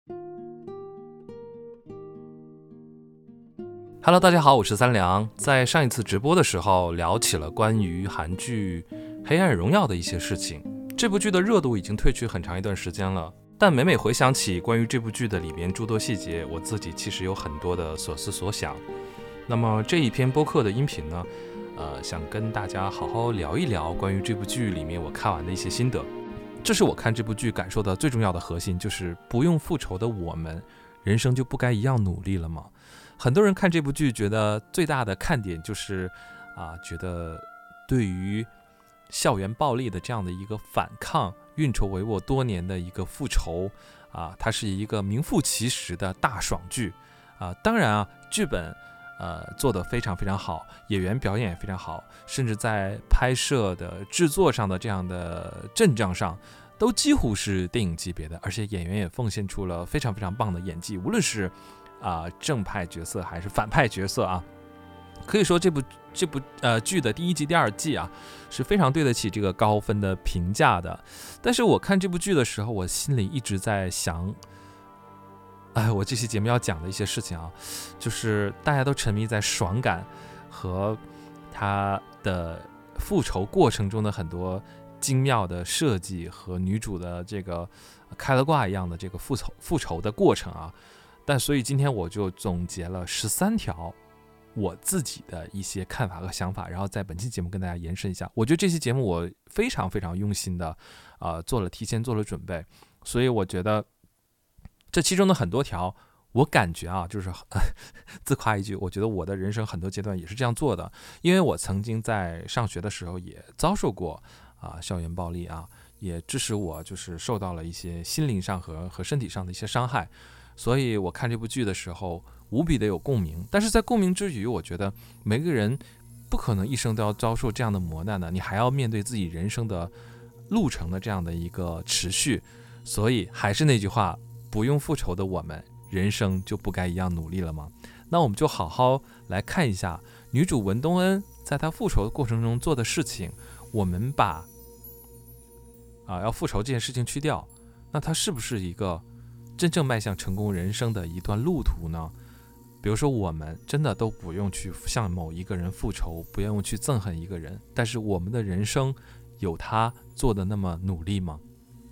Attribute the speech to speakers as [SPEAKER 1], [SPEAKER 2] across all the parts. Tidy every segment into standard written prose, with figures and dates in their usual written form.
[SPEAKER 1] Hello， 大家好，我是三良。在上一次直播的时候，聊起了关于韩剧《黑暗荣耀》的一些事情。这部剧的热度已经褪去很长一段时间了，但每每回想起关于这部剧的里面诸多细节，我自己其实有很多的所思所想。那么这一篇播客的音频呢，想跟大家好好聊一聊关于这部剧里面我看完的一些心得。这是我看这部剧感受的最重要的核心，就是不用复仇的我们，人生就不该一样努力了吗？很多人看这部剧觉得最大的看点就是觉得对于校园暴力的这样的一个反抗，运筹帷幄多年的一个复仇它是一个名副其实的大爽剧当然剧本做得非常非常好，演员表演也非常好，甚至在拍摄的制作上的这样的阵仗上都几乎是电影级别的，而且演员也奉献出了非常非常棒的演技，无论是正派角色还是反派角色可以说这部剧的第一季、第二季是非常对得起这个高分的评价的。但是我看这部剧的时候，我心里一直在想，我这期节目要讲的一些事情就是大家都沉迷在爽感和他的复仇过程中的很多精妙的设计和女主的这个开了挂一样的这个复仇的过程但所以今天我就总结了13条我自己的一些看法和想法，然后在本期节目跟大家延伸一下。我觉得这期节目我非常非常用心的提前做了准备，所以我觉得这其中的很多条，我感觉就是自夸一句，我觉得我的人生很多阶段也是这样做的，因为我曾经在上学的时候也遭受过校园暴力也致使我就是受到了一些心灵上和身体上的一些伤害。所以我看这部剧的时候无比的有共鸣，但是在共鸣之余，我觉得每个人不可能一生都要遭受这样的磨难的，你还要面对自己人生的路程的这样的一个持续。所以还是那句话，不用复仇的我们，人生就不该一样努力了吗？那我们就好好来看一下女主文东恩在她复仇的过程中做的事情，我们把要复仇这件事情去掉，那她是不是一个真正迈向成功人生的一段路途呢？比如说我们真的都不用去向某一个人复仇，不用去憎恨一个人，但是我们的人生有他做的那么努力吗？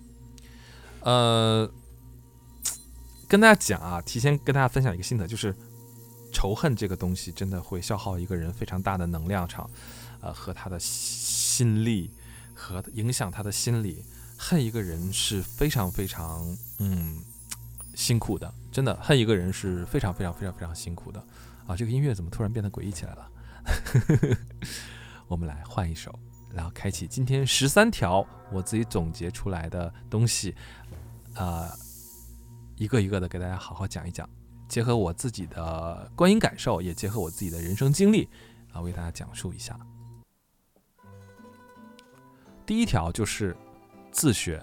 [SPEAKER 1] 跟大家讲提前跟大家分享一个心得，就是仇恨这个东西真的会消耗一个人非常大的能量场和他的心力，和影响他的心理。恨一个人是非常非常辛苦的，真的恨一个人是非常非常非常非常辛苦的这个音乐怎么突然变得诡异起来了我们来换一首，然后开启今天13条我自己总结出来的东西一个一个的给大家好好讲一讲，结合我自己的观影感受，也结合我自己的人生经历为大家讲述一下。第一条就是自学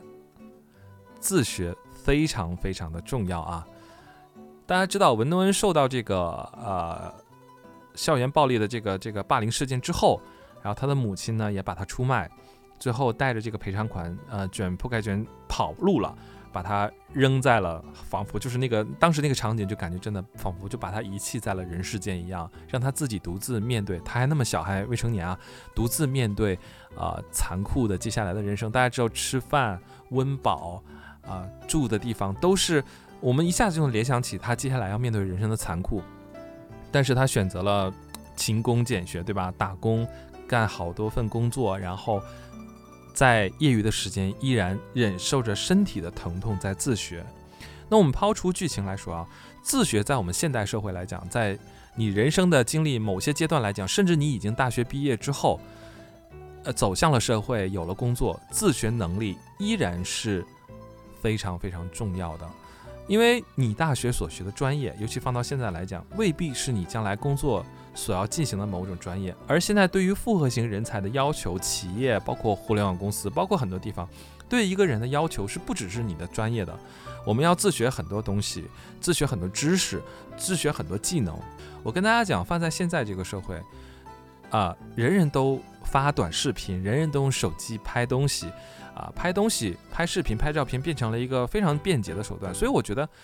[SPEAKER 1] 非常非常的重要大家知道文东恩受到这个校园暴力的这个霸凌事件之后，然后他的母亲呢也把他出卖，最后带着这个赔偿款卷铺盖卷跑路了，把他扔在了，仿佛就是当时那个场景就感觉真的仿佛就把他遗弃在了人世间一样，让他自己独自面对，他还那么小，还未成年独自面对残酷的接下来的人生。大家知道吃饭温饱住的地方都是我们一下子就能联想起他接下来要面对人生的残酷，但是他选择了勤工俭学，对吧？打工干好多份工作，然后在业余的时间依然忍受着身体的疼痛在自学。那我们抛出剧情来说自学在我们现代社会来讲，在你人生的经历某些阶段来讲，甚至你已经大学毕业之后走向了社会，有了工作，自学能力依然是非常非常重要的。因为你大学所学的专业，尤其放到现在来讲，未必是你将来工作所要进行的某种专业。而现在对于复合型人才的要求，企业包括互联网公司，包括很多地方对一个人的要求是不只是你的专业的，我们要自学很多东西，自学很多知识，自学很多技能。我跟大家讲，放在现在这个社会人人都发短视频，人人都用手机拍东西拍视频拍照片变成了一个非常便捷的手段。所以我觉得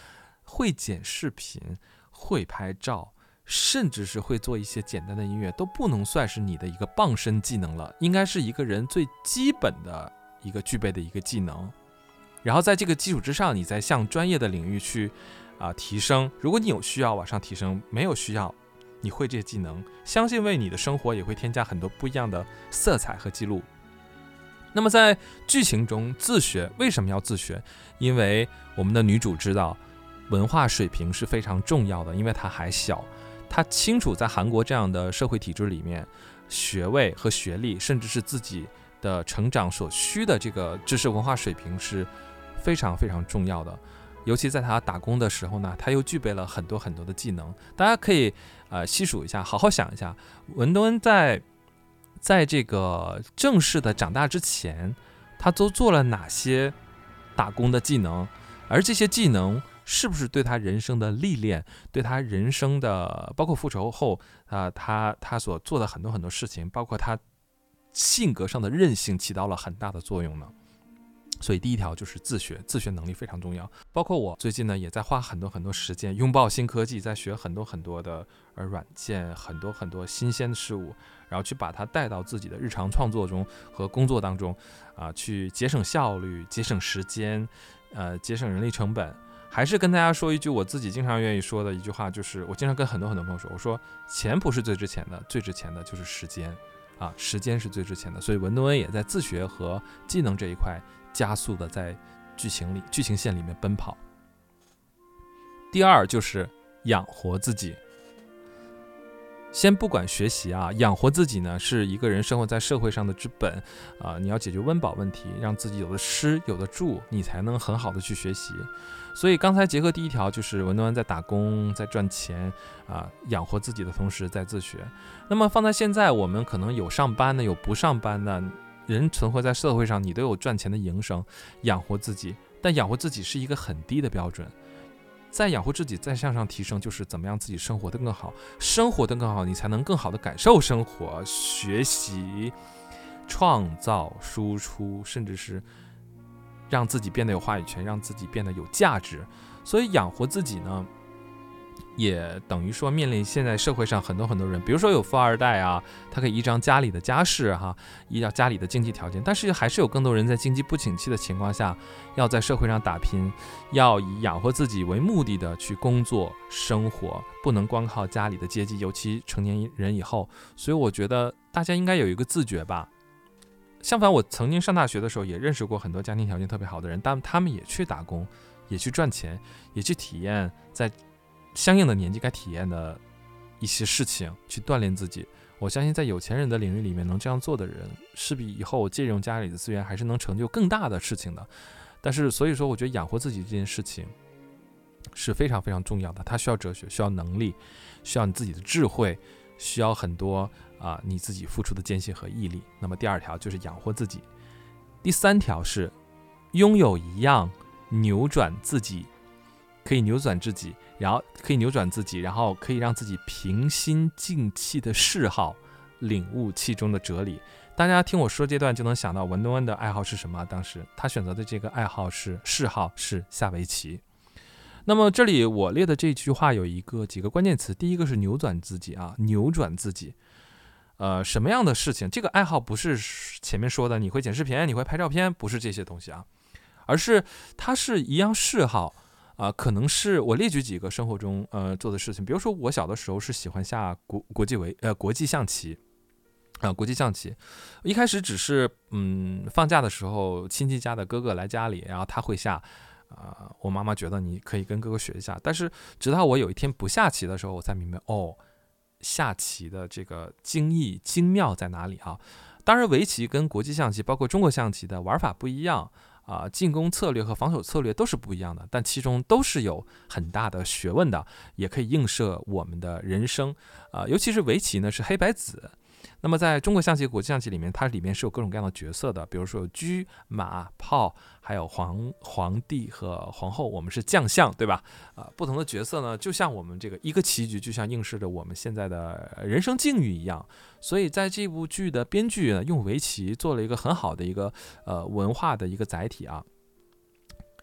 [SPEAKER 1] 会剪视频、会拍照，甚至是会做一些简单的音乐，都不能算是你的一个傍身技能了，应该是一个人最基本的一个具备的一个技能。然后在这个基础之上，你再向专业的领域去提升。如果你有需要往上提升，没有需要，你会这些技能，相信为你的生活也会添加很多不一样的色彩和记录。那么在剧情中自学，为什么要自学？因为我们的女主知道文化水平是非常重要的，因为她还小，她清楚在韩国这样的社会体制里面，学位和学历，甚至是自己的成长所需的这个知识文化水平是非常非常重要的。尤其在他打工的时候呢，他又具备了很多很多的技能。大家可以细数一下，好好想一下，文东恩在这个正式的长大之前，他都做了哪些打工的技能，而这些技能是不是对他人生的历练，对他人生的包括复仇后他所做的很多很多事情，包括他性格上的韧性起到了很大的作用呢？所以第一条就是自学，自学能力非常重要。包括我最近呢，也在花很多很多时间拥抱新科技，在学很多很多的软件，很多很多新鲜的事物，然后去把它带到自己的日常创作中和工作当中去节省效率，节省时间，节省人力成本。还是跟大家说一句我自己经常愿意说的一句话，就是我经常跟很多很多朋友说，我说钱不是最值钱的，最值钱的就是时间时间是最值钱的。所以文东恩也在自学和技能这一块加速的在剧情线里面奔跑。第二就是养活自己。先不管学习养活自己呢是一个人生活在社会上的之本你要解决温饱问题，让自己有的吃有的住，你才能很好的去学习。所以刚才结合第一条，就是文东恩在打工，在赚钱养活自己的同时在自学。那么放在现在，我们可能有上班的，有不上班的，人存活在社会上，你都有赚钱的营生，养活自己。但养活自己是一个很低的标准，再养活自己，再向上提升，就是怎么样自己生活得更好，生活得更好，你才能更好的感受生活，学习、创造、输出，甚至是让自己变得有话语权，让自己变得有价值。所以养活自己呢，也等于说面临现在社会上很多很多人，比如说有富二代他可以依仗家里的家世依照家里的经济条件，但是还是有更多人在经济不景气的情况下，要在社会上打拼，要以养活自己为目的的去工作生活，不能光靠家里的接济，尤其成年人以后。所以我觉得大家应该有一个自觉吧。相反，我曾经上大学的时候也认识过很多家庭条件特别好的人，但他们也去打工，也去赚钱，也去体验在相应的年纪该体验的一些事情，去锻炼自己。我相信在有钱人的领域里面能这样做的人，势必以后借用家里的资源还是能成就更大的事情的。但是所以说我觉得养活自己这件事情是非常非常重要的，它需要哲学，需要能力，需要你自己的智慧，需要很多你自己付出的艰辛和毅力。那么第二条就是养活自己。第三条是拥有一样扭转自己，可以扭转自己，然后可以让自己平心静气的嗜好，领悟其中的哲理。大家听我说这段就能想到文东恩的爱好是什么。当时他选择的这个嗜好是下围棋。那么这里我列的这句话有几个关键词，第一个是扭转自己扭转自己。什么样的事情？这个爱好不是前面说的你会剪视频，你会拍照片，不是这些东西而是它是一样嗜好可能是我列举几个生活中做的事情。比如说我小的时候是喜欢下国际象棋国际象棋。一开始只是放假的时候亲戚家的哥哥来家里，然后他会下我妈妈觉得你可以跟哥哥学一下。但是直到我有一天不下棋的时候，我才明白下棋的这个精妙在哪里当然围棋跟国际象棋包括中国象棋的玩法不一样进攻策略和防守策略都是不一样的，但其中都是有很大的学问的，也可以映射我们的人生尤其是围棋呢是黑白子。那么在中国象棋国际象棋里面，它里面是有各种各样的角色的，比如说有车马炮，还有皇帝和皇后，我们是将相，对吧不同的角色呢，就像我们这个一个棋局就像映射着我们现在的人生境遇一样。所以在这部剧的编剧呢，用围棋做了一个很好的一个文化的一个载体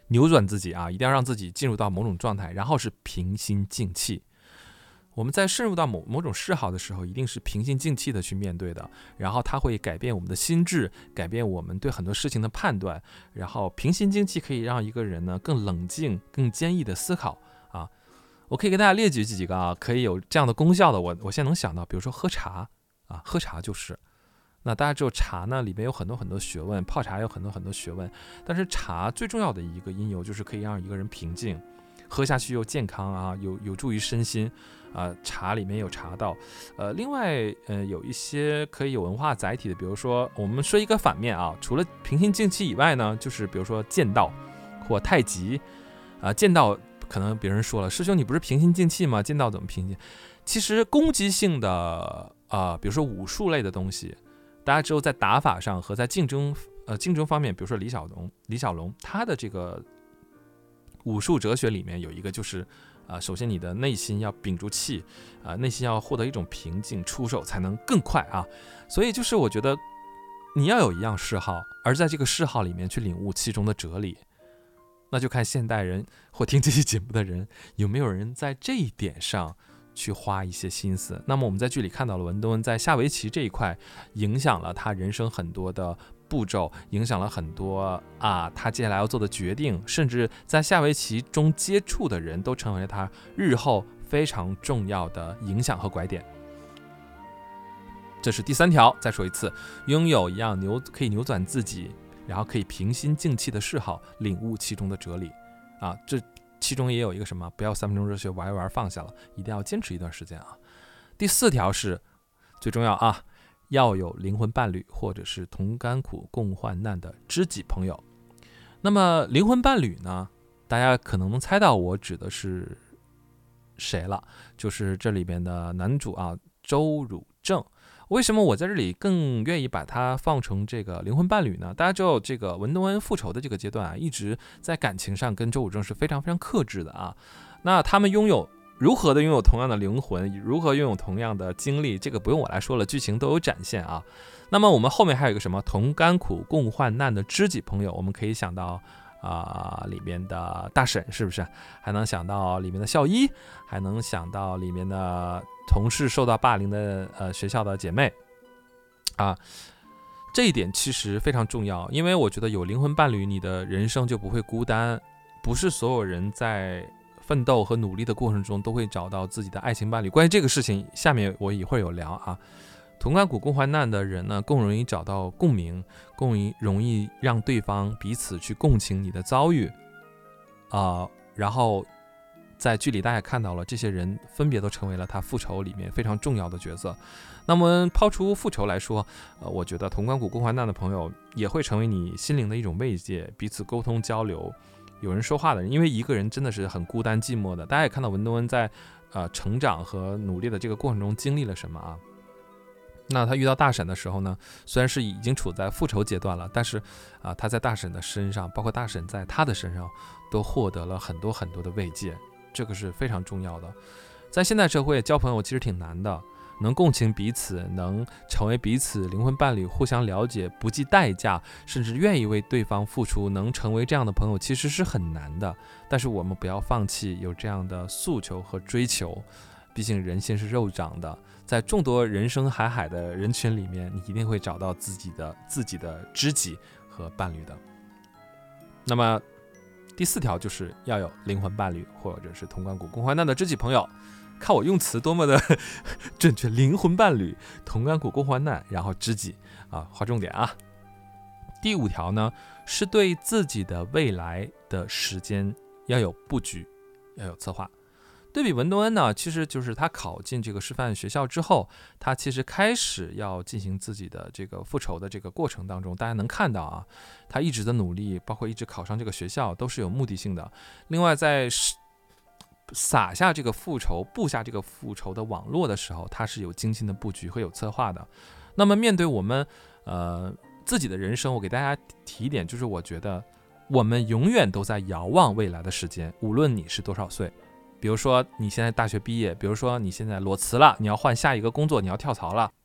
[SPEAKER 1] 扭转自己啊，一定要让自己进入到某种状态，然后是平心静气。我们在渗入到某种嗜好的时候，一定是平心静气的去面对的，然后它会改变我们的心智，改变我们对很多事情的判断，然后平心静气可以让一个人呢更冷静、更坚毅的思考啊。我可以给大家列举几个啊，可以有这样的功效的，我现在能想到，比如说喝茶啊，喝茶就是。那大家知道茶呢，里面有很多很多学问，泡茶有很多很多学问，但是茶最重要的一个因由就是可以让一个人平静，喝下去又健康啊，有助于身心啊。茶里面有茶道，另外有一些可以有文化载体的，比如说我们说一个反面啊，除了平心静气以外呢，就是比如说剑道或太极啊。剑道可能别人说了，师兄你不是平心静气吗？剑道怎么平静？其实攻击性的比如说武术类的东西，大家只有在打法上和在竞争方面，比如说李小龙他的这个武术哲学里面有一个就是首先你的内心要屏住气内心要获得一种平静，出手才能更快啊。所以就是我觉得你要有一样嗜好，而在这个嗜好里面去领悟其中的哲理，那就看现代人或听这期节目的人有没有人在这一点上去花一些心思。那么我们在剧里看到了文登恩在下围棋这一块影响了他人生很多的步骤，影响了很多他接下来要做的决定，甚至在下围棋中接触的人都成为了他日后非常重要的影响和拐点。这是第3条，再说一次，拥有一样可以扭转自己，然后可以平心静气的嗜好，领悟其中的哲理啊。这其中也有一个什么，不要3分钟热血玩一玩放下了，一定要坚持一段时间啊。第4条是最重要啊，要有灵魂伴侣或者是同甘苦共患难的知己朋友。那么灵魂伴侣呢，大家可能能猜到我指的是谁了，就是这里边的男主啊，周汝正。为什么我在这里更愿意把它放成这个灵魂伴侣呢？大家知道这个文登恩复仇的这个阶段啊，一直在感情上跟周汝正是非常非常克制的啊。那他们如何的拥有同样的灵魂，如何拥有同样的经历，这个不用我来说了，剧情都有展现啊。那么我们后面还有一个什么同甘苦共患难的知己朋友，我们可以想到里面的大婶是不是？还能想到里面的校医，还能想到里面的同事受到霸凌的学校的姐妹啊。这一点其实非常重要，因为我觉得有灵魂伴侣，你的人生就不会孤单。不是所有人在奋斗和努力的过程中都会找到自己的爱情伴侣。关于这个事情，下面我一会儿有聊啊。同甘苦共患难的人呢，更容易找到共鸣，更容易让对方彼此去共情你的遭遇然后在剧里大家看到了，这些人分别都成为了他复仇里面非常重要的角色。那么抛除复仇来说，我觉得同甘苦共患难的朋友也会成为你心灵的一种慰藉，彼此沟通交流，有人说话的人。因为一个人真的是很孤单寂寞的。大家也看到文登恩在成长和努力的这个过程中经历了什么啊。那他遇到大婶的时候呢，虽然是已经处在复仇阶段了，但是他在大婶的身上，包括大婶在他的身上，都获得了很多很多的慰藉，这个是非常重要的。在现代社会交朋友其实挺难的，能共情彼此，能成为彼此灵魂伴侣，互相了解，不计代价，甚至愿意为对方付出，能成为这样的朋友其实是很难的。但是我们不要放弃有这样的诉求和追求，毕竟人心是肉长的，在众多人生海海的人群里面，你一定会找到自己的知己和伴侣的。那么第4条就是要有灵魂伴侣或者是同甘苦共患难的知己朋友。看我用词多么的准确，灵魂伴侣、同甘苦共患难，然后知己划重点啊。第5条呢，是对自己的未来的时间要有布局，要有策划。对比文登恩呢，其实就是他考进这个师范学校之后，他其实开始要进行自己的这个复仇的这个过程当中，大家能看到啊，他一直的努力，包括一直考上这个学校，都是有目的性的。另外，在撒下这个复仇、布下这个复仇的网络的时候，他是有精心的布局和有策划的。那么面对我们自己的人生，我给大家提一点，就是我觉得我们永远都在遥望未来的时间，无论你是多少岁。比如说你现在大学毕业，比如说你现在裸辞了，你要换下一个工作，你要跳槽了，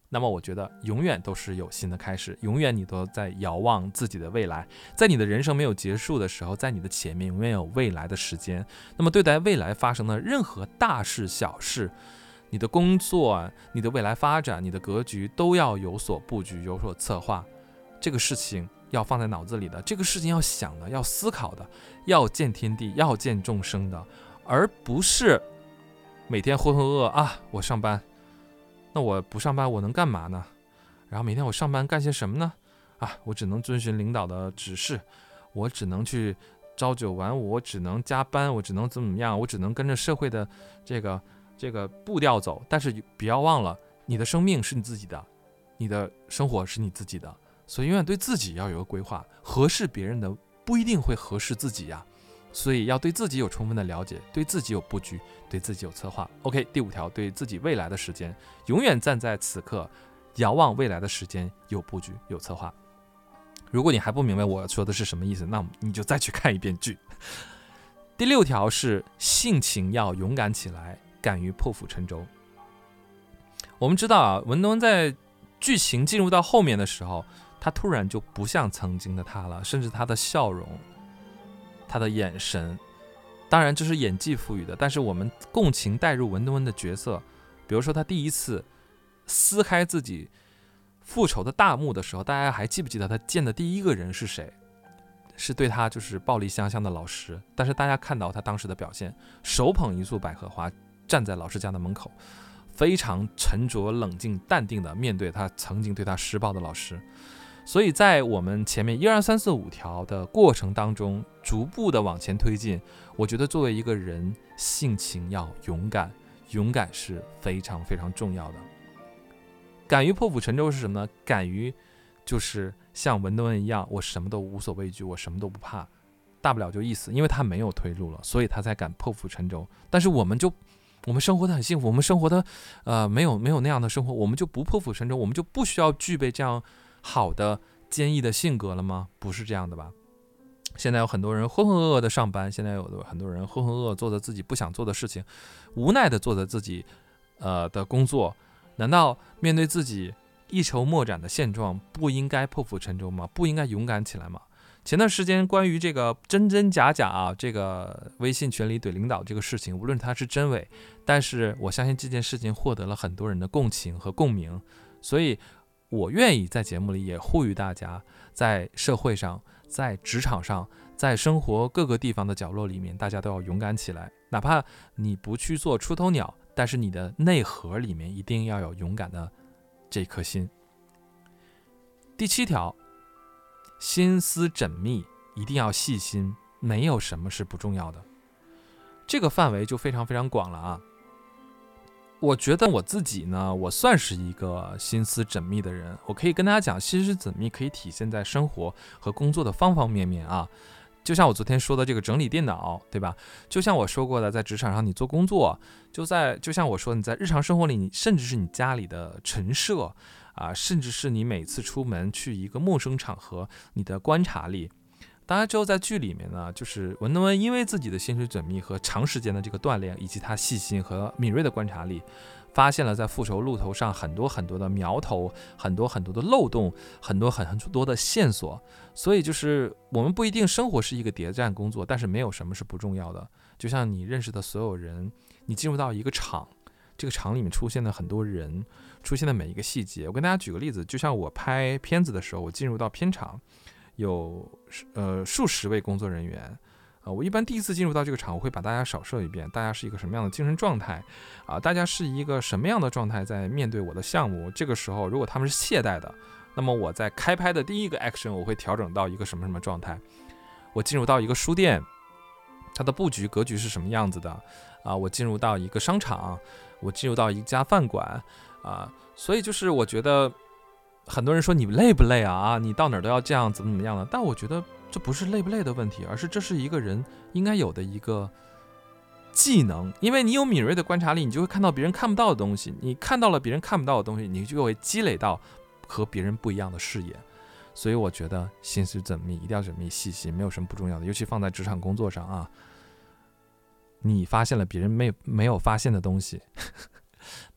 [SPEAKER 1] 那么我觉得永远都是有新的开始，永远你都在遥望自己的未来。在你的人生没有结束的时候，在你的前面永远有未来的时间。那么对待未来发生的任何大事小事，你的工作、你的未来发展、你的格局都要有所布局，有所策划。这个事情要放在脑子里的，这个事情要想的，要思考的，要见天地，要见众生的，而不是每天浑浑噩噩啊，我上班，那我不上班我能干嘛呢？然后每天我上班干些什么呢？啊，我只能遵循领导的指示，我只能去朝九晚五，我只能加班，我只能怎么样，我只能跟着社会的这个步调走。但是不要忘了，你的生命是你自己的，你的生活是你自己的，所以永远对自己要有个规划。合适别人的不一定会合适自己呀，所以要对自己有充分的了解，对自己有布局，对自己有策划。 OK， 第5条，对自己未来的时间永远站在此刻，遥望未来的时间，有布局有策划。如果你还不明白我说的是什么意思，那你就再去看一遍剧。第6条是性情要勇敢起来，敢于破釜沉舟。我们知道啊，文东在剧情进入到后面的时候，他突然就不像曾经的他了，甚至他的笑容，他的眼神，当然这是演技赋予的，但是我们共情带入文东的角色。比如说他第一次撕开自己复仇的大幕的时候，大家还记不记得他见的第一个人是谁？是对他就是暴力相向的老师。但是大家看到他当时的表现，手捧一束百合花，站在老师家的门口，非常沉着冷静淡定的面对他曾经对他施暴的老师。所以在我们前面1、2、3、4、5条的过程当中，逐步的往前推进，我觉得作为一个人，性情要勇敢，勇敢是非常非常重要的。敢于破釜沉舟是什么呢？敢于就是像文德文一样，我什么都无所畏惧，我什么都不怕，大不了就一死，因为他没有退路了，所以他才敢破釜沉舟。但是我们生活的很幸福，我们生活的没有那样的生活，我们就不破釜沉舟，我们就不需要具备这样好的坚毅的性格了吗？不是这样的吧？现在有很多人浑浑噩噩的上班，现在有很多人浑浑噩噩做着自己不想做的事情，无奈的做着自己的工作。难道面对自己一筹莫展的现状，不应该破釜沉舟吗？不应该勇敢起来吗？前段时间关于这个真真假假啊，这个微信群里怼领导这个事情，无论它是真伪，但是我相信这件事情获得了很多人的共情和共鸣，所以我愿意在节目里也呼吁大家，在社会上，在职场上，在生活各个地方的角落里面，大家都要勇敢起来。哪怕你不去做出头鸟，但是你的内核里面一定要有勇敢的这颗心。第7条，心思缜密，一定要细心，没有什么是不重要的。这个范围就非常非常广了啊。我觉得我自己呢，我算是一个心思缜密的人。我可以跟大家讲，心思缜密可以体现在生活和工作的方方面面啊。就像我昨天说的这个整理电脑，对吧？就像我说过的，在职场上你做工作，就像我说你在日常生活里，你甚至是你家里的陈设啊，甚至是你每次出门去一个陌生场合，你的观察力。当然之后在剧里面呢，就是文德文因为自己的心思缜密和长时间的这个锻炼，以及他细心和敏锐的观察力，发现了在复仇路途上很多很多的苗头，很多很多的漏洞，很多的线索。所以就是我们不一定生活是一个谍战工作，但是没有什么是不重要的。就像你认识的所有人，你进入到一个场，这个场里面出现了很多人，出现的每一个细节。我跟大家举个例子，就像我拍片子的时候，我进入到片场，有数十位工作人员。我一般第一次进入到这个场，我会把大家扫射一遍，大家是一个什么样的精神状态啊？大家是一个什么样的状态在面对我的项目？这个时候，如果他们是懈怠的，那么我在开拍的第一个 action， 我会调整到一个什么什么状态？我进入到一个书店，它的布局格局是什么样子的啊？我进入到一个商场，我进入到一家饭馆啊，所以就是我觉得很多人说你累不累啊？你到哪儿都要这样怎么样的？但我觉得这不是累不累的问题，而是这是一个人应该有的一个技能。因为你有敏锐的观察力，你就会看到别人看不到的东西，你看到了别人看不到的东西，你就会积累到和别人不一样的视野。所以我觉得心思缜密，一定要缜密细心，没有什么不重要的，尤其放在职场工作上啊。你发现了别人没有发现的东西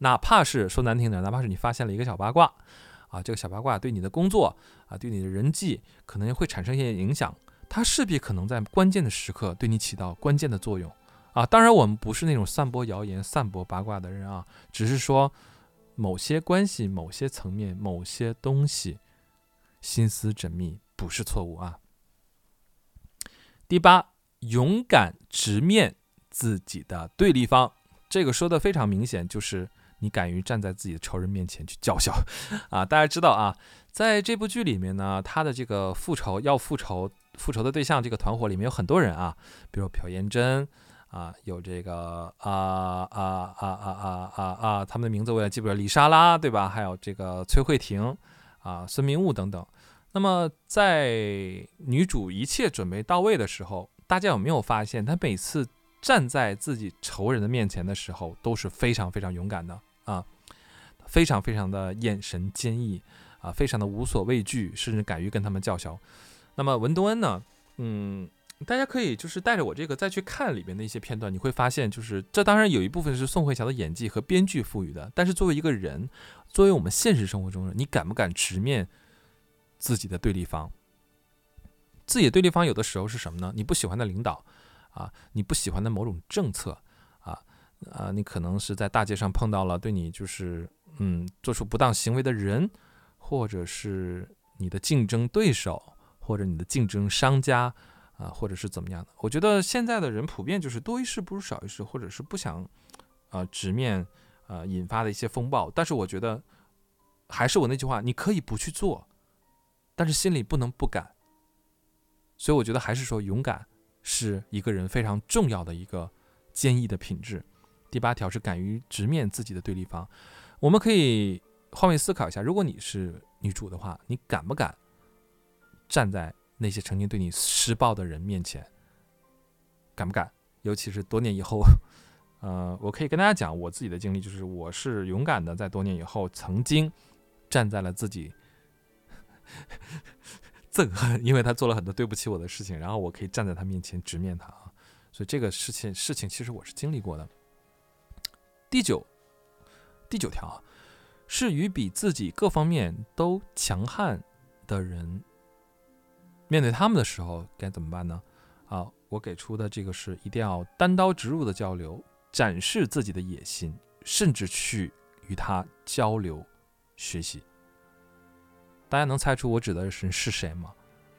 [SPEAKER 1] 哪怕是说难听点，哪怕是你发现了一个小八卦啊，这个小八卦对你的工作啊，对你的人际可能会产生一些影响，它势必可能在关键的时刻对你起到关键的作用啊。当然我们不是那种散播谣言散播八卦的人啊，只是说某些关系某些层面某些东西心思缜密不是错误啊。第8，勇敢直面自己的对立方。这个说的非常明显，就是你敢于站在自己的仇人面前去叫嚣啊！大家知道啊，在这部剧里面呢，他的这个复仇的对象这个团伙里面有很多人啊，比如朴妍珍啊，有这个他们的名字我也记不了，李莎拉对吧？还有这个崔慧婷啊、孙明悟等等。那么在女主一切准备到位的时候，大家有没有发现，她每次站在自己仇人的面前的时候都是非常非常勇敢的啊，非常非常的眼神坚毅啊，非常的无所畏惧，甚至敢于跟他们叫嚣。那么文东恩呢，大家可以就是带着我这个再去看里面的一些片段，你会发现就是这当然有一部分是宋慧乔的演技和编剧赋予的，但是作为一个人，作为我们现实生活中人，你敢不敢直面自己的对立方？自己的对立方有的时候是什么呢？你不喜欢的领导啊，你不喜欢的某种政策你可能是在大街上碰到了对你就是做出不当行为的人，或者是你的竞争对手，或者你的竞争商家或者是怎么样的。我觉得现在的人普遍就是多一事不如少一事，或者是不想直面引发的一些风暴。但是我觉得还是我那句话，你可以不去做，但是心里不能不敢。所以我觉得还是说勇敢是一个人非常重要的一个坚毅的品质。第8条是敢于直面自己的对立方。我们可以换位思考一下，如果你是女主的话，你敢不敢站在那些曾经对你施暴的人面前？敢不敢？尤其是多年以后我可以跟大家讲我自己的经历，就是我是勇敢的在多年以后曾经站在了自己憎恨，因为他做了很多对不起我的事情，然后我可以站在他面前直面他啊。所以这个事情其实我是经历过的。第九条是与比自己各方面都强悍的人面对他们的时候该怎么办呢？我给出的这个是一定要单刀直入的交流，展示自己的野心，甚至去与他交流学习。大家能猜出我指的人是谁吗？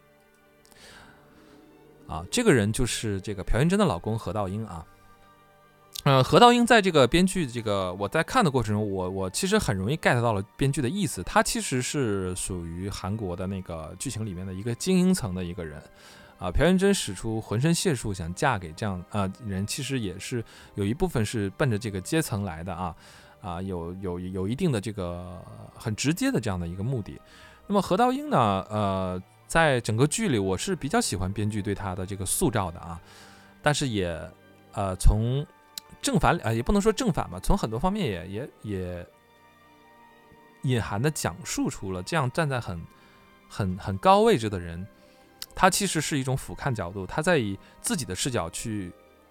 [SPEAKER 1] 这个人就是这个朴妍珍的老公何道英啊。何道英在这个编剧我在看的过程中，我其实很容易 get 到了编剧的意思。他其实是属于韩国的那个剧情里面的一个精英层的一个人朴妍珍使出浑身解数想嫁给这样人，其实也是有一部分是奔着这个阶层来的有一定的这个很直接的这样的一个目的。那么何道英呢在整个剧里我是比较喜欢编剧对他的这个塑造的但是也从正反也不能说正反吧，从很多方面也隐含的讲述出了这样站在很高位置的人，他其实是一种俯瞰角度，他在以自己的视角去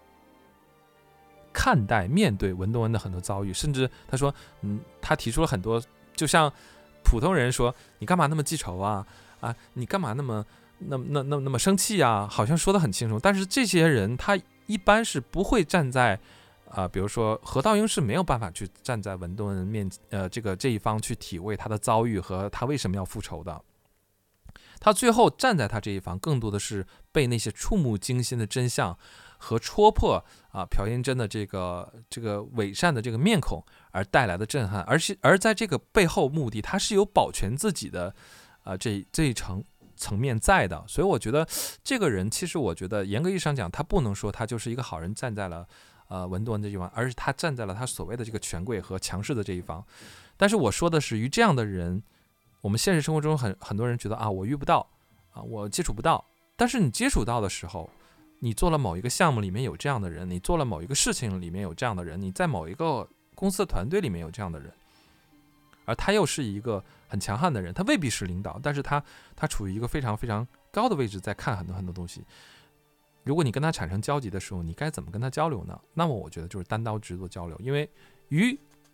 [SPEAKER 1] 看待面对文东恩的很多遭遇，甚至他说他提出了很多，就像普通人说你干嘛那么记仇你干嘛那么生气好像说得很清楚。但是这些人他一般是不会站在比如说何道英是没有办法去站在文东恩这一方去体会他的遭遇和他为什么要复仇的。他最后站在他这一方，更多的是被那些触目惊心的真相和戳破朴妍珍的这个伪善的这个面孔而带来的震撼，而在这个背后目的，他是有保全自己的这一层面在的。所以我觉得这个人其实我觉得严格意义上讲，他不能说他就是一个好人站在了文东恩这一方，而是他站在了他所谓的这个权贵和强势的这一方。但是我说的是，于这样的人，我们现实生活中很多人觉得我遇不到我接触不到，但是你接触到的时候，你做了某一个项目里面有这样的人，你做了某一个事情里面有这样的人，你在某一个公司的团队里面有这样的人，而他又是一个很强悍的人，他未必是领导，但是他处于一个非常非常高的位置，在看很多很多东西。如果你跟他产生交集的时候，你该怎么跟他交流呢？那么我觉得就是单刀直入交流，因为于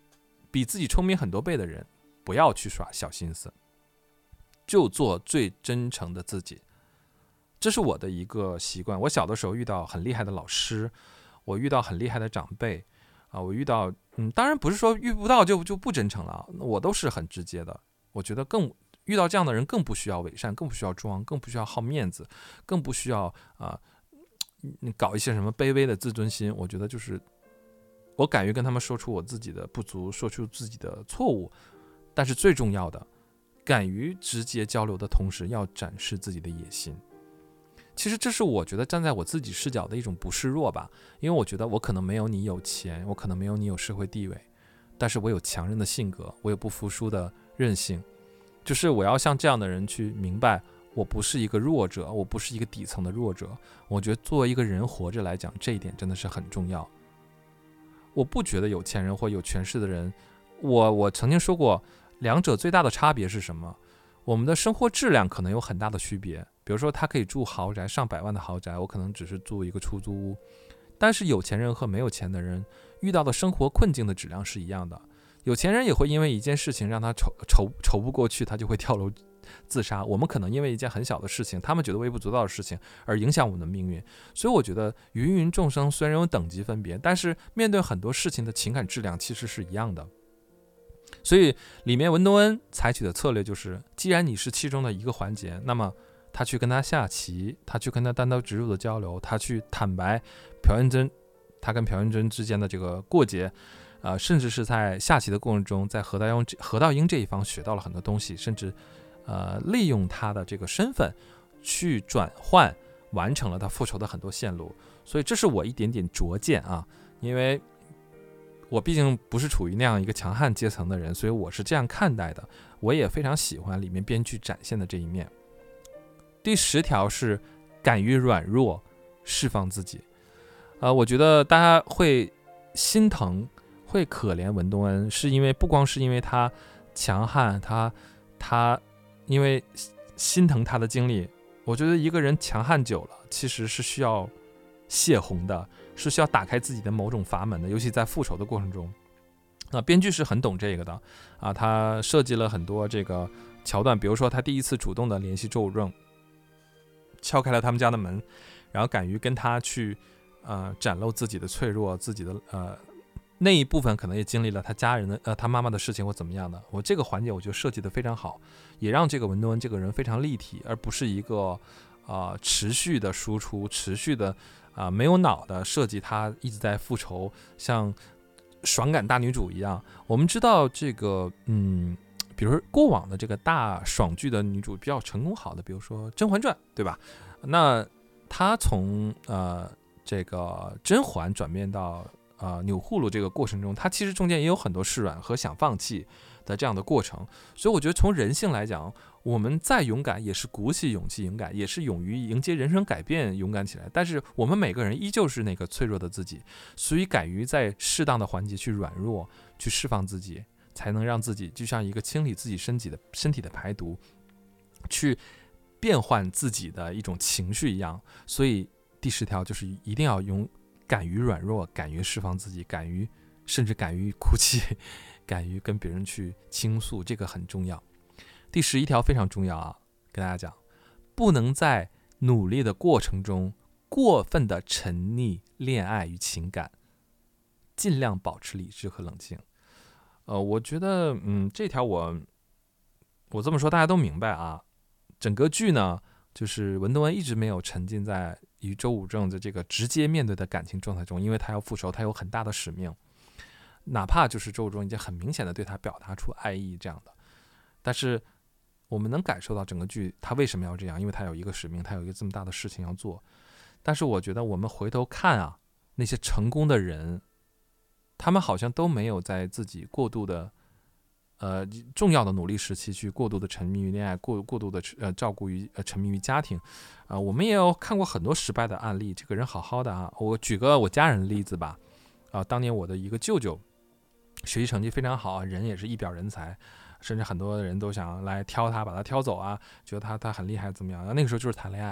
[SPEAKER 1] 比自己聪明很多倍的人，不要去耍小心思，就做最真诚的自己。这是我的一个习惯。我小的时候遇到很厉害的老师，我遇到很厉害的长辈我遇到当然不是说遇不到就不真诚了，我都是很直接的。我觉得遇到这样的人更不需要伪善，更不需要装，更不需要好面子，更不需要搞一些什么卑微的自尊心。我觉得就是我敢于跟他们说出我自己的不足，说出自己的错误，但是最重要的，敢于直接交流的同时要展示自己的野心。其实这是我觉得站在我自己视角的一种不示弱吧，因为我觉得我可能没有你有钱，我可能没有你有社会地位，但是我有强韧的性格，我有不服输的韧性，就是我要向这样的人去明白，我不是一个弱者，我不是一个底层的弱者。我觉得作为一个人活着来讲，这一点真的是很重要。我不觉得有钱人或有权势的人，我曾经说过，两者最大的差别是什么？我们的生活质量可能有很大的区别，比如说他可以住豪宅，上百万的豪宅，我可能只是住一个出租屋。但是有钱人和没有钱的人遇到的生活困境的质量是一样的。有钱人也会因为一件事情让他愁不过去，他就会跳楼自杀。我们可能因为一件很小的事情，他们觉得微不足道的事情而影响我们的命运。所以我觉得芸芸众生虽然有等级分别，但是面对很多事情的情感质量其实是一样的。所以里面文东恩采取的策略就是，既然你是其中的一个环节，那么他去跟他下棋，他去跟他单刀直入的交流，他去坦白朴元珍他跟朴元珍之间的这个过节，甚至是在下棋的过程中，在何道英这一方学到了很多东西，甚至利用他的这个身份去转换，完成了他复仇的很多线路。所以这是我一点点拙见啊，因为我毕竟不是处于那样一个强悍阶层的人，所以我是这样看待的。我也非常喜欢里面编剧展现的这一面。第10条是敢于软弱，释放自己。我觉得大家会心疼，会可怜文东恩，是因为不光是因为他强悍，他因为心疼他的经历。我觉得一个人强悍久了，其实是需要泄洪的，是需要打开自己的某种阀门的，尤其在复仇的过程中。编剧是很懂这个的他设计了很多这个桥段，比如说他第一次主动的联系周武正，敲开了他们家的门，然后敢于跟他去展露自己的脆弱，自己的那一部分可能也经历了他家人的他妈妈的事情或怎么样的。我这个环节我觉得设计的非常好，也让这个文东恩这个人非常立体，而不是一个持续的输出，持续的没有脑的设计，他一直在复仇，像爽感大女主一样。我们知道这个比如说过往的这个大爽剧的女主比较成功好的，比如说《甄嬛传》，对吧？那她从这个甄嬛转变到钮祜禄这个过程中，她其实中间也有很多示软和想放弃的这样的过程。所以我觉得从人性来讲，我们再勇敢也是鼓起勇气勇敢，也是勇于迎接人生改变勇敢起来。但是我们每个人依旧是那个脆弱的自己，所以敢于在适当的环节去软弱，去释放自己，才能让自己就像一个清理自己身体的排毒，去变换自己的一种情绪一样。所以第10条就是一定要敢于软弱，敢于释放自己，甚至敢于哭泣，敢于跟别人去倾诉，这个很重要。第11条非常重要跟大家讲，不能在努力的过程中过分的沉溺恋爱与情感，尽量保持理智和冷静。我觉得这条我这么说大家都明白整个剧呢，就是文东恩一直没有沉浸在与周武正的这个直接面对的感情状态中，因为他要复仇，他有很大的使命，哪怕就是周武正已经很明显的对他表达出爱意这样的，但是我们能感受到整个剧他为什么要这样，因为他有一个使命，他有一个这么大的事情要做。但是我觉得我们回头看那些成功的人，他们好像都没有在自己过度的重要的努力时期去过度的沉迷于恋爱，过度的照顾于沉迷于家庭我们也有看过很多失败的案例，这个人好好的我举个我家人的例子吧当年我的一个舅舅学习成绩非常好人也是一表人才，甚至很多人都想来挑他，把他挑走觉得他很厉害怎么样那个时候就是谈恋爱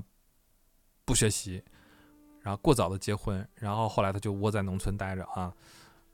[SPEAKER 1] 不学习，然后过早的结婚，然后后来他就窝在农村待着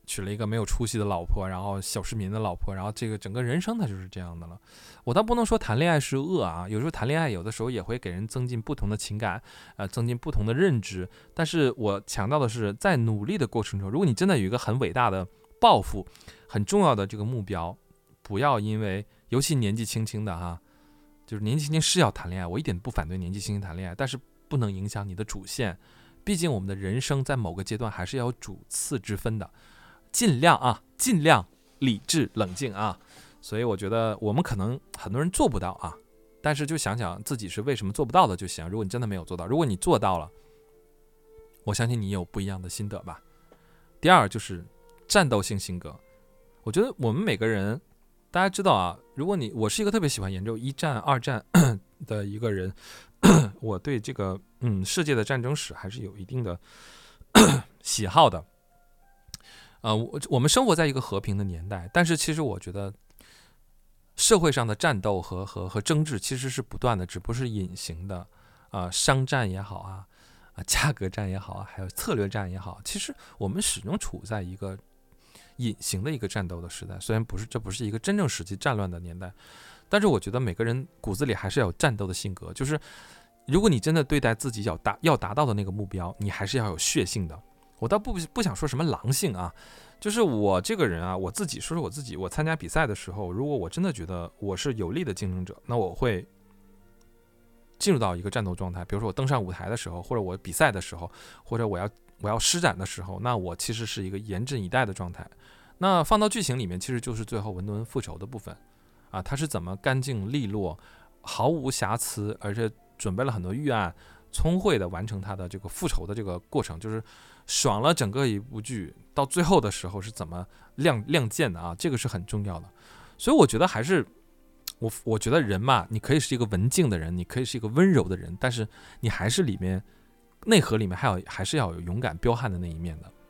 [SPEAKER 1] 娶了一个没有出息的老婆，然后小市民的老婆，然后这个整个人生它就是这样的了。我倒不能说谈恋爱是恶啊，有时候谈恋爱有的时候也会给人增进不同的情感，增进不同的认知。但是我强调的是，在努力的过程中，如果你真的有一个很伟大的抱负，很重要的这个目标，不要因为尤其年纪轻轻的哈，就是年纪轻轻是要谈恋爱，我一点不反对年纪轻轻谈恋爱，但是不能影响你的主线。毕竟我们的人生在某个阶段还是要有主次之分的。尽量理智冷静啊，所以我觉得我们可能很多人做不到啊，但是就想想自己是为什么做不到的就行。如果你真的没有做到，如果你做到了，我相信你有不一样的心得吧。第二就是战斗性性格，我觉得我们每个人，大家知道啊，如果我是一个特别喜欢研究一战、二战的一个人，我对这个世界的战争史还是有一定的喜好的。我们生活在一个和平的年代，但是其实我觉得社会上的战斗和争执其实是不断的，只不过是隐形的商战也好啊，价格战也好啊，还有策略战也好，其实我们始终处在一个隐形的一个战斗的时代。虽然这不是一个真正实际战乱的年代，但是我觉得每个人骨子里还是要有战斗的性格。就是如果你真的对待自己要达到的那个目标，你还是要有血性的。我倒不想说什么狼性啊，就是我这个人啊，我自己说说我自己，我参加比赛的时候，如果我真的觉得我是有力的竞争者，那我会进入到一个战斗状态。比如说我登上舞台的时候，或者我比赛的时候，或者我要施展的时候，那我其实是一个严阵以待的状态。那放到剧情里面，其实就是最后文顿复仇的部分啊，他是怎么干净利落、毫无瑕疵，而且准备了很多预案，聪慧的完成他的这个复仇的这个过程，就是爽了整个一部剧。到最后的时候是怎么亮剑的啊？这个是很重要的。所以我觉得还是我觉得人嘛，你可以是一个文静的人，你可以是一个温柔的人，但是你还是内核里面还是要有勇敢彪悍的那一面的。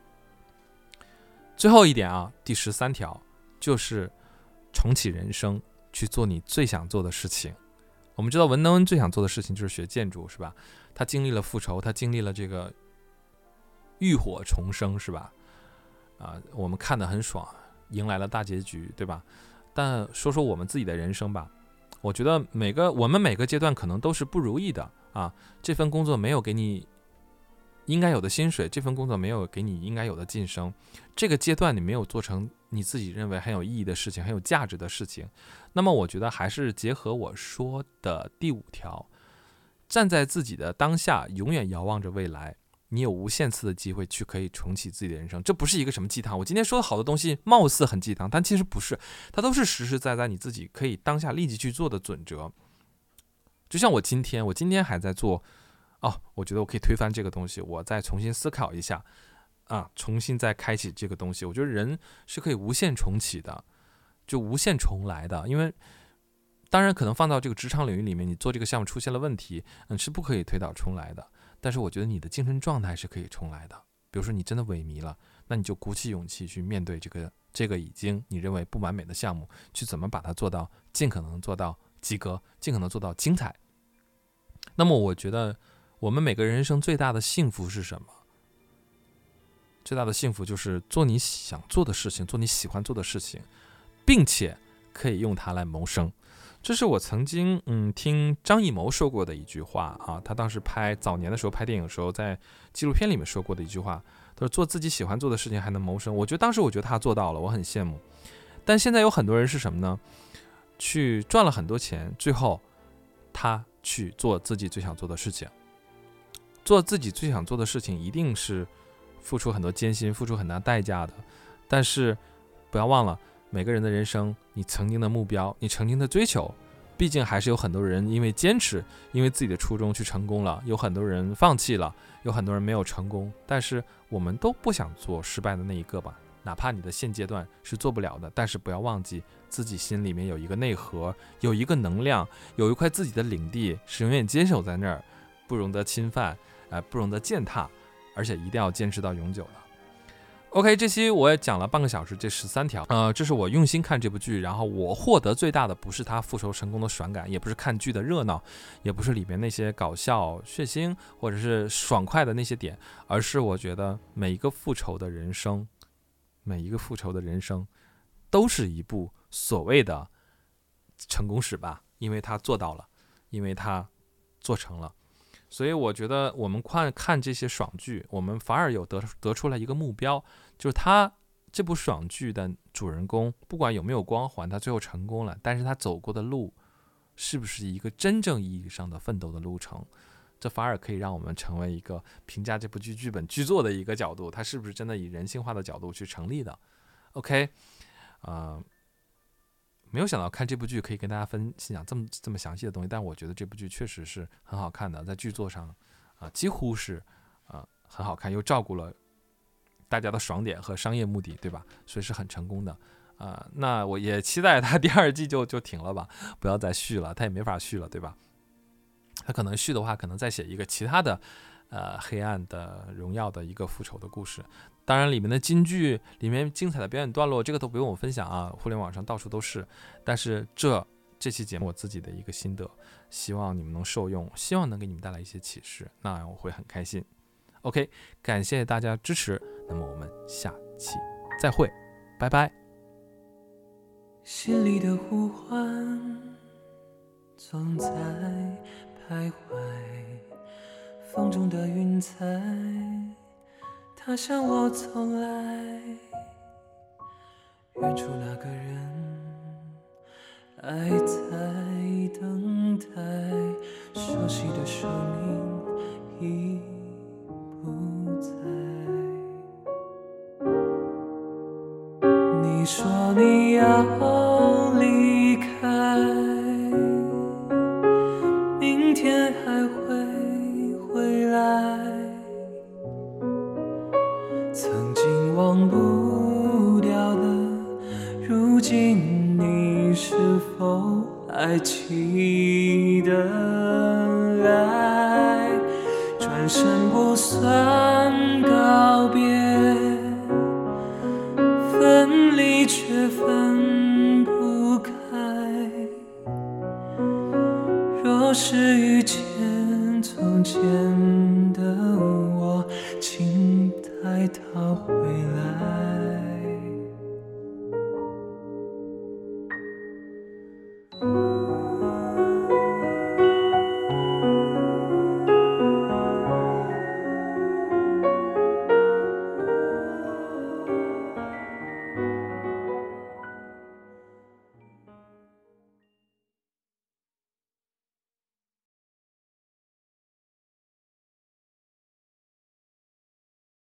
[SPEAKER 1] 最后一点啊，第13条就是重启人生，去做你最想做的事情。我们知道文登恩最想做的事情就是学建筑，是吧？他经历了复仇，他经历了这个浴火重生，是吧？我们看得很爽，迎来了大结局，对吧？但说说我们自己的人生吧，我觉得我们每个阶段可能都是不如意的啊。这份工作没有给你应该有的薪水，这份工作没有给你应该有的晋升，这个阶段你没有做成你自己认为很有意义的事情，很有价值的事情，那么我觉得还是结合我说的第5条，站在自己的当下，永远遥望着未来，你有无限次的机会去可以重启自己的人生。这不是一个什么鸡汤，我今天说的好多东西貌似很鸡汤，但其实不是，它都是实实在在你自己可以当下立即去做的准则。就像我今天还在做我觉得我可以推翻这个东西，我再重新思考一下重新再开启这个东西。我觉得人是可以无限重启的，就无限重来的。因为当然可能放到这个职场领域里面，你做这个项目出现了问题是不可以推倒重来的，但是我觉得你的精神状态是可以重来的。比如说你真的萎靡了，那你就鼓起勇气去面对这个已经你认为不完美的项目，去怎么把它做到尽可能做到及格，尽可能做到精彩。那么我觉得我们每个人生最大的幸福是什么？最大的幸福就是做你想做的事情，做你喜欢做的事情，并且可以用它来谋生。这是我曾经听张艺谋说过的一句话啊，他当时早年的时候拍电影的时候，在纪录片里面说过的一句话，他说做自己喜欢做的事情还能谋生。当时我觉得他做到了，我很羡慕。但现在有很多人是什么呢？去赚了很多钱，最后他去做自己最想做的事情。做自己最想做的事情一定是付出很多艰辛，付出很大代价的。但是不要忘了，每个人的人生，你曾经的目标，你曾经的追求，毕竟还是有很多人因为坚持，因为自己的初衷去成功了，有很多人放弃了，有很多人没有成功。但是我们都不想做失败的那一个吧，哪怕你的现阶段是做不了的，但是不要忘记自己心里面有一个内核，有一个能量，有一块自己的领地是永远坚守在那儿，不容得侵犯，不容得践踏，而且一定要坚持到永久的。OK， 这期我也讲了半个小时，这13条，这是我用心看这部剧，然后我获得最大的不是他复仇成功的爽感，也不是看剧的热闹，也不是里面那些搞笑、血腥或者是爽快的那些点，而是我觉得每一个复仇的人生， 每一个复仇的人生都是一部所谓的成功史吧，因为他做到了，因为他做成了。所以我觉得我们看这些爽剧，我们反而有得出来一个目标，就是他这部爽剧的主人公不管有没有光环，他最后成功了，但是他走过的路是不是一个真正意义上的奋斗的路程，这反而可以让我们成为一个评价这部剧剧本剧作的一个角度，它是不是真的以人性化的角度去成立的。 OK， 没有想到看这部剧可以跟大家分享这么详细的东西，但我觉得这部剧确实是很好看的，在剧作上几乎是很好看，又照顾了大家的爽点和商业目的，对吧？所以是很成功的。那我也期待他第2季就停了吧，不要再续了，他也没法续了，对吧？他可能续的话，可能再写一个其他的黑暗的荣耀的一个复仇的故事。当然里面的金句，里面精彩的表演段落，这个都不用我分享啊，互联网上到处都是。但是这期节目我自己的一个心得，希望你们能受用，希望能给你们带来一些启示，那我会很开心。 OK， 感谢大家支持，那么我们下期再会，拜拜。
[SPEAKER 2] 心里的呼唤总在徘徊，风中的云彩它向我走来，远处那个人还在等待，熟悉的声音已不在。你说你要离开，明天还会回来，曾经忘不掉的，如今你是否还记得来？转身不算告别，分离却分不开。若是遇见从前的我，请抬头